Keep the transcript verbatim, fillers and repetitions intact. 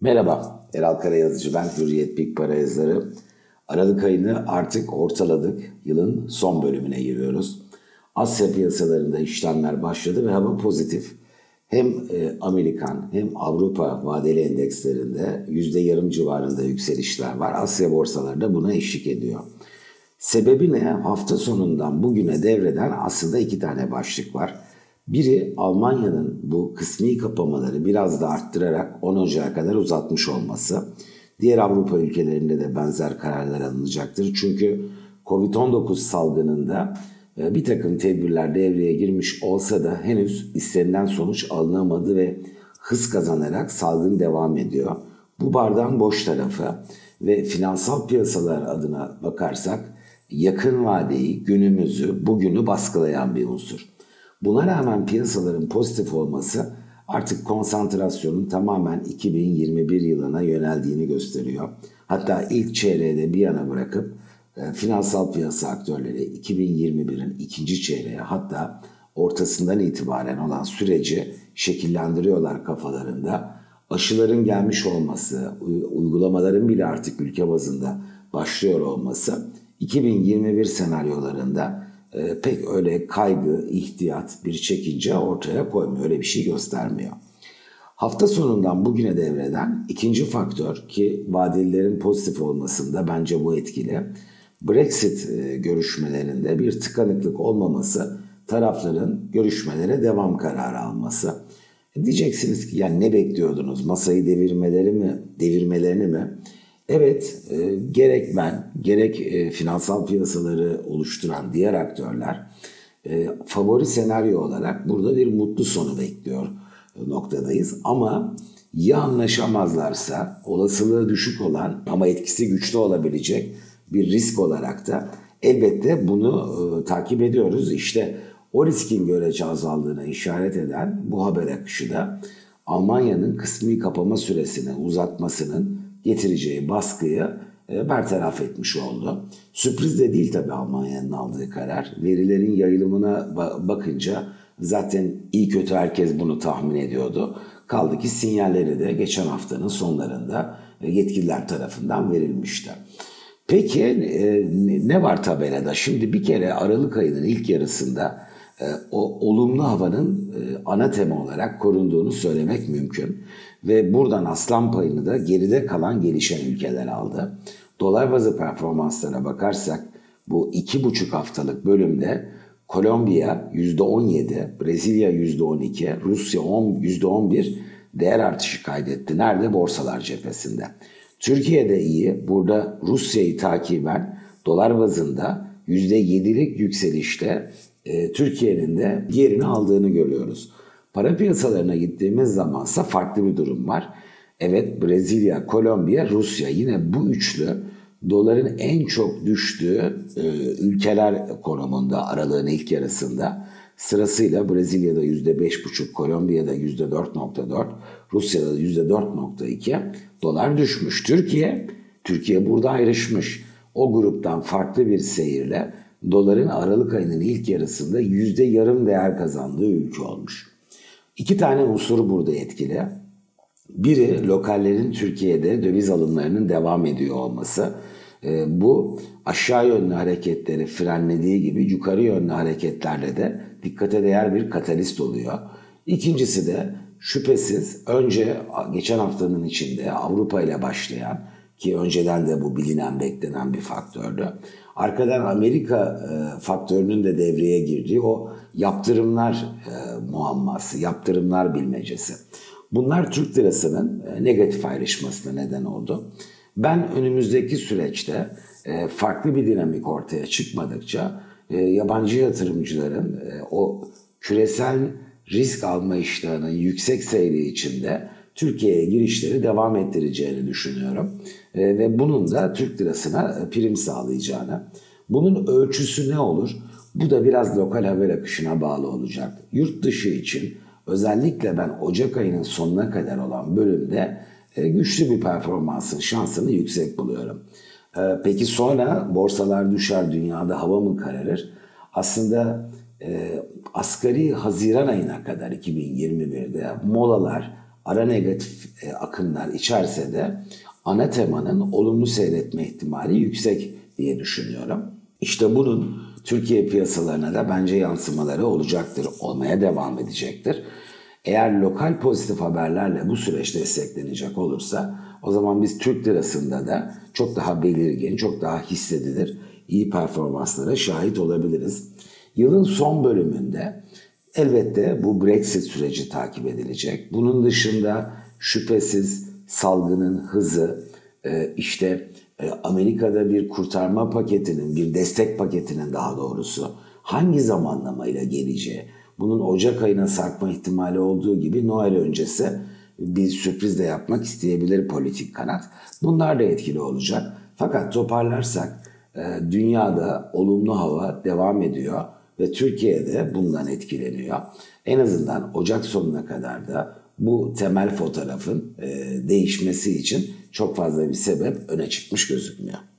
Merhaba, Eral Karayazıcı ben, Hürriyet Big Para yazarı. Aralık ayını artık ortaladık, yılın son bölümüne giriyoruz. Asya piyasalarında işlemler başladı ve hava pozitif. Hem e, Amerikan hem Avrupa vadeli endekslerinde yüzde yarım civarında yükselişler var. Asya borsaları da buna eşlik ediyor. Sebebi ne? Hafta sonundan bugüne devreden aslında iki tane başlık var. Biri Almanya'nın bu kısmi kapamaları biraz da arttırarak on Ocak'a kadar uzatmış olması. Diğer Avrupa ülkelerinde de benzer kararlar alınacaktır. Çünkü kovid on dokuz salgınında bir takım tedbirler devreye girmiş olsa da henüz istenilen sonuç alınamadı ve hız kazanarak salgın devam ediyor. Bu bardağın boş tarafı ve finansal piyasalar adına bakarsak yakın vadeyi, günümüzü, bugünü baskılayan bir unsur. Buna rağmen piyasaların pozitif olması artık konsantrasyonun tamamen iki bin yirmi bir yılına yöneldiğini gösteriyor. Hatta ilk çeyreği de bir yana bırakıp e, finansal piyasa aktörleri iki bin yirmi birin ikinci çeyreği hatta ortasından itibaren olan süreci şekillendiriyorlar kafalarında. Aşıların gelmiş olması, uygulamaların bile artık ülke bazında başlıyor olması iki bin yirmi bir senaryolarında e, pek öyle kaygı, ihtiyat, bir çekince ortaya koymuyor. Öyle bir şey göstermiyor. Hafta sonundan bugüne devreden ikinci faktör ki vadelilerin pozitif olmasında bence bu etkili. Brexit e, görüşmelerinde bir tıkanıklık olmaması, tarafların görüşmelere devam kararı alması. E, diyeceksiniz ki yani ne bekliyordunuz? Masayı devirmeleri mi, devirmelerini mi? Evet, e, gerek ben, gerek e, finansal piyasaları oluşturan diğer aktörler e, favori senaryo olarak burada bir mutlu sonu bekliyor e, noktadayız. Ama ya anlaşamazlarsa olasılığı düşük olan ama etkisi güçlü olabilecek bir risk olarak da elbette bunu e, takip ediyoruz. İşte o riskin görece azaldığına işaret eden bu haber akışı da Almanya'nın kısmi kapama süresini uzatmasının getireceği baskıyı e, bertaraf etmiş oldu. Sürpriz de değil tabii Almanya'nın aldığı karar. Verilerin yayılımına ba- bakınca zaten iyi kötü herkes bunu tahmin ediyordu. Kaldı ki sinyalleri de geçen haftanın sonlarında e, yetkililer tarafından verilmişti. Peki e, ne var tabelada? Şimdi bir kere Aralık ayının ilk yarısında e, o olumlu havanın e, ana tema olarak korunduğunu söylemek mümkün. Ve buradan aslan payını da geride kalan gelişen ülkeler aldı. Dolar bazı performanslarına bakarsak bu iki buçuk haftalık bölümde Kolombiya yüzde on yedi, Brezilya yüzde on iki, Rusya yüzde on bir değer artışı kaydetti. Nerede? Borsalar cephesinde. Türkiye'de iyi. Burada Rusya'yı takiben dolar bazında yüzde yedilik yükselişte e, Türkiye'nin de yerini aldığını görüyoruz. Para piyasalarına gittiğimiz zamansa farklı bir durum var. Evet, Brezilya, Kolombiya, Rusya yine bu üçlü doların en çok düştüğü e, ülkeler konumunda aralığın ilk yarısında. Sırasıyla Brezilya'da yüzde beş buçuk, Kolombiya'da yüzde dört nokta dört, Rusya'da yüzde dört nokta iki dolar düşmüş. Türkiye, Türkiye burada ayrışmış. O gruptan farklı bir seyirle doların Aralık ayının ilk yarısında yüzde yarım değer kazandığı ülke olmuş. İki tane unsur burada etkili. Biri lokallerin Türkiye'de döviz alımlarının devam ediyor olması. E, bu aşağı yönlü hareketleri frenlediği gibi yukarı yönlü hareketlerle de dikkate değer bir katalist oluyor. İkincisi de şüphesiz önce geçen haftanın içinde Avrupa ile başlayan ki önceden de bu bilinen beklenen bir faktördü. Arkadan Amerika e, faktörünün de devreye girdiği o yaptırımlar e, muamması, yaptırımlar bilmecesi. Bunlar Türk lirasının e, negatif ayrışmasına neden oldu. Ben önümüzdeki süreçte e, farklı bir dinamik ortaya çıkmadıkça e, yabancı yatırımcıların e, o küresel risk alma iştahının yüksek seyri içinde Türkiye'ye girişleri devam ettireceğini düşünüyorum. E, ve bunun da Türk lirasına prim sağlayacağını. Bunun ölçüsü ne olur? Bu da biraz lokal haber akışına bağlı olacak. Yurt dışı için özellikle ben Ocak ayının sonuna kadar olan bölümde e, güçlü bir performansın şansını yüksek buluyorum. E, peki sonra borsalar düşer, dünyada hava mı kararır? Aslında e, asgari Haziran ayına kadar iki bin yirmi birde molalar ara negatif e, akımlar içerse de ana temanın olumlu seyretme ihtimali yüksek diye düşünüyorum. İşte bunun Türkiye piyasalarına da bence yansımaları olacaktır, olmaya devam edecektir. Eğer lokal pozitif haberlerle bu süreç desteklenecek olursa o zaman biz Türk lirasında da çok daha belirgin, çok daha hissedilir iyi performanslara şahit olabiliriz. Yılın son bölümünde elbette bu Brexit süreci takip edilecek. Bunun dışında şüphesiz salgının hızı, işte Amerika'da bir kurtarma paketinin, bir destek paketinin daha doğrusu hangi zamanlamayla geleceği, bunun Ocak ayına sarkma ihtimali olduğu gibi Noel öncesi bir sürpriz de yapmak isteyebilir politik kanat. Bunlar da etkili olacak. Fakat toparlarsak dünyada olumlu hava devam ediyor ve Türkiye'de bundan etkileniyor. En azından Ocak sonuna kadar da bu temel fotoğrafın değişmesi için çok fazla bir sebep öne çıkmış gözükmüyor.